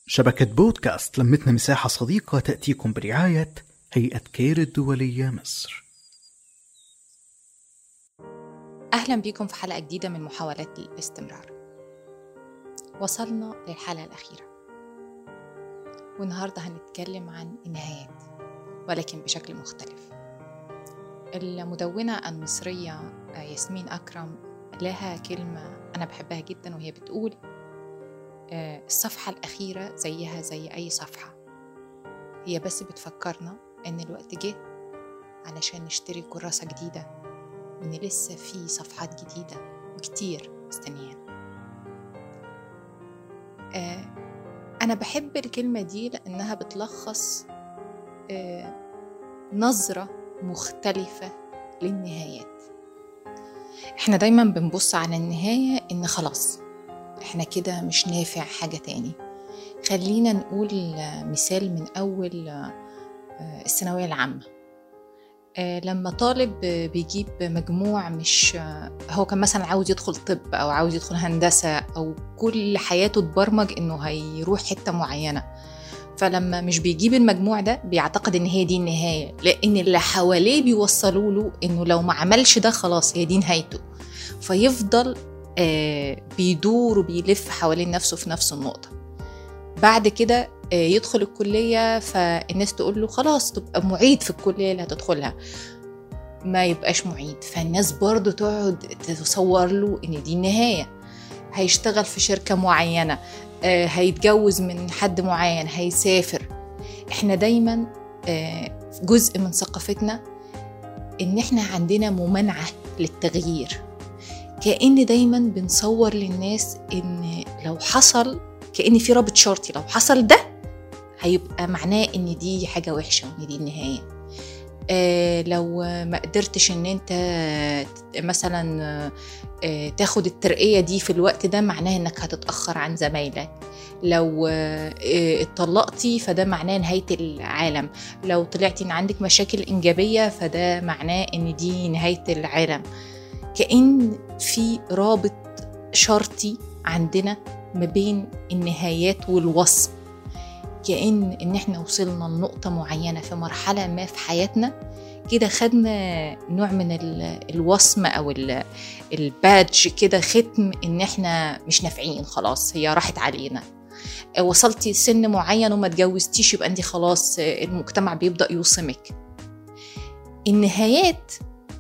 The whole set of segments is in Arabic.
شبكة بودكاست لمتنا مساحة صديقة تأتيكم برعاية هيئة كير الدولية مصر. أهلا بكم في حلقة جديدة من محاولات الاستمرار. وصلنا للحلقة الأخيرة، والنهاردة هنتكلم عن النهايات ولكن بشكل مختلف. المدونة المصرية ياسمين أكرم لها كلمة أنا بحبها جدا، وهي بتقول الصفحة الأخيرة زيها زي أي صفحة، هي بس بتفكرنا إن الوقت جه علشان نشتري كراسة جديدة، وإن لسه في صفحات جديدة وكتير مستنيانا. أنا بحب الكلمة دي لأنها بتلخص نظرة مختلفة للنهايات. إحنا دايما بنبص على النهاية إن خلاص إحنا كده مش نافع حاجة تاني. خلينا نقول مثال من أول الثانوية العامة. لما طالب بيجيب مجموع مش هو كان مثلا عاوز يدخل طب أو عاوز يدخل هندسة أو كل حياته تبرمج إنه هيروح حتة معينة، فلما مش بيجيب المجموع ده بيعتقد إن هي دي النهاية، لأن اللي حواليه بيوصلوا له إنه لو ما عملش ده خلاص هي دي نهايته، فيفضل بيدور وبيلف حوالين نفسه في نفس النقطة. بعد كده يدخل الكلية فالناس تقول له خلاص تبقى معيد في الكلية اللي هتدخلها، ما يبقاش معيد، فالناس برضو تقعد تتصور له إن دي النهاية. هيشتغل في شركة معينة، هيتجوز من حد معين، هيسافر. احنا دايما جزء من ثقافتنا ان احنا عندنا ممانعة للتغيير، كأن دايما بنصور للناس ان لو حصل، كأن في رابط شرطي، لو حصل ده هيبقى معناه ان دي حاجة وحشة وان دي النهاية. لو ما قدرتش ان انت مثلا تاخد الترقية دي في الوقت ده معناه انك هتتأخر عن زمايلك. لو اتطلقتي فده معناه نهاية العالم. لو طلعتي ان عندك مشاكل إنجابية فده معناه ان دي نهاية العالم. كأن في رابط شرطي عندنا ما بين النهايات والوصم، كأن إن إحنا وصلنا لنقطة معينة في مرحلة ما في حياتنا كده، خدنا نوع من الوصم أو البادج كده، ختم إن إحنا مش نافعين خلاص، هي راحت علينا. وصلتي سن معين وما تجوزتيش يبقى أنت خلاص المجتمع بيبدأ يوصمك. النهايات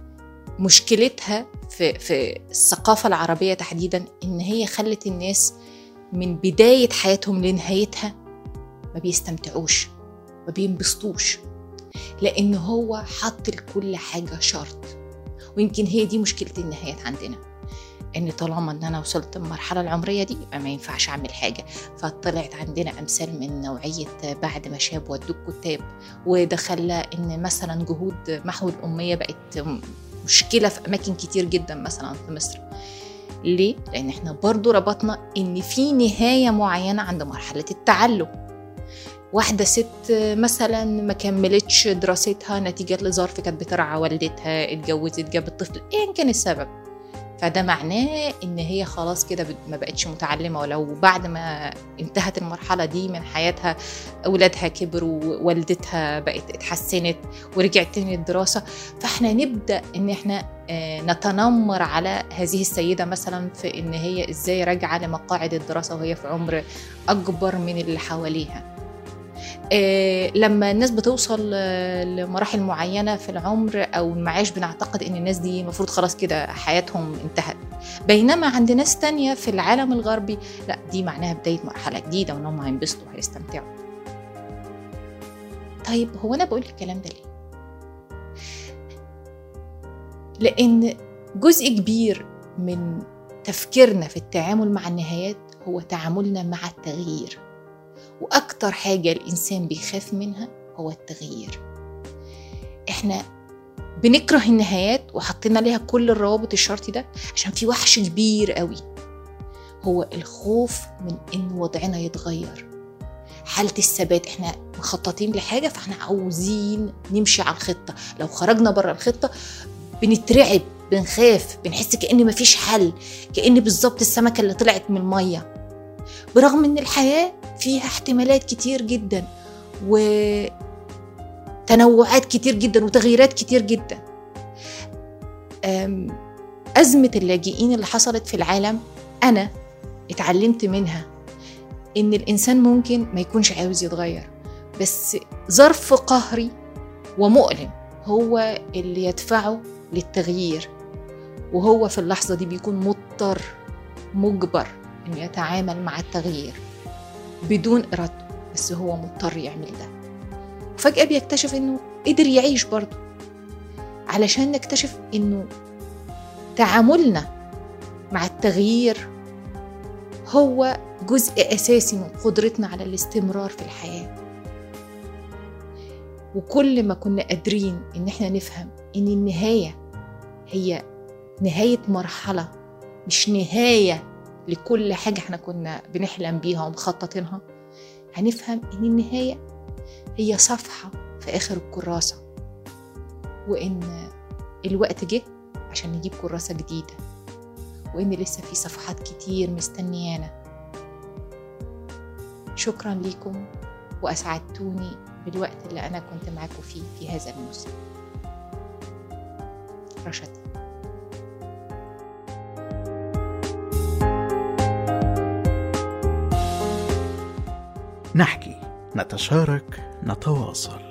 مشكلتها في الثقافة العربية تحديدا إن هي خلت الناس من بداية حياتهم لنهايتها ما بيستمتعوش، ما بينبسطوش، لأن هو حط لكل حاجة شرط. ويمكن هي دي مشكلة النهايات عندنا، إن طالما إن أنا وصلت المرحلة العمرية دي يبقى ما ينفعش أعمل حاجة. فطلعت عندنا أمثال من نوعية بعد ما شاب ودوك كتاب، وده خلى إن مثلا جهود محو الأمية بقت مشكلة في أماكن كتير جدا مثلا في مصر. ليه؟ لأن إحنا برضو ربطنا إن في نهاية معينة عند مرحلة التعلم. واحدة ست مثلا ما كملتش دراستها نتيجة لظرف، كانت بترعى والدتها، اتجوزت، جابت طفل، ايه كان السبب، فده معناه ان هي خلاص كده ما بقتش متعلمة. ولو بعد ما انتهت المرحلة دي من حياتها أولادها كبروا، والدتها بقت اتحسنت ورجعت تاني الدراسة، فاحنا نبدأ ان احنا نتنمر على هذه السيدة مثلا في ان هي ازاي راجعة لمقاعد الدراسة وهي في عمر أكبر من اللي حواليها. لما الناس بتوصل لمراحل معينة في العمر أو المعاش بنعتقد إن الناس دي المفروض خلاص كده حياتهم انتهت، بينما عند ناس تانية في العالم الغربي لا، دي معناها بداية مرحلة جديدة وإنهم هينبسطوا وهيستمتعوا. طيب هو أنا بقول الكلام ده ليه؟ لأن جزء كبير من تفكيرنا في التعامل مع النهايات هو تعاملنا مع التغيير، وأكتر حاجة الإنسان بيخاف منها هو التغيير. إحنا بنكره النهايات وحطينا لها كل الروابط الشرطي ده عشان في وحش كبير قوي، هو الخوف من إن وضعنا يتغير، حالة الثبات. إحنا مخططين لحاجة فإحنا عاوزين نمشي على الخطة، لو خرجنا برا الخطة بنترعب، بنخاف، بنحس كأن مفيش حل، كأن بالظبط السمكة اللي طلعت من المية، برغم إن الحياة فيها احتمالات كتير جدا وتنوعات كتير جدا وتغييرات كتير جدا. أزمة اللاجئين اللي حصلت في العالم أنا اتعلمت منها إن الإنسان ممكن ما يكونش عاوز يتغير، بس ظرف قهري ومؤلم هو اللي يدفعه للتغيير، وهو في اللحظة دي بيكون مضطر مجبر إنه يتعامل مع التغيير بدون إرادته، بس هو مضطر يعمل ده. وفجأة بيكتشف إنه قدر يعيش برضه، علشان نكتشف إنه تعاملنا مع التغيير هو جزء أساسي من قدرتنا على الاستمرار في الحياة. وكل ما كنا قادرين إن احنا نفهم إن النهاية هي نهاية مرحلة، مش نهاية لكل حاجة احنا كنا بنحلم بيها ومخططينها، هنفهم إن النهاية هي صفحة في آخر الكراسة، وإن الوقت جه عشان نجيب كراسة جديدة، وإن لسه في صفحات كتير مستنيانا. شكرا لكم، وأسعدتوني بالوقت اللي أنا كنت معاكم فيه في هذا الموسم. رشد. نحكي، نتشارك، نتواصل.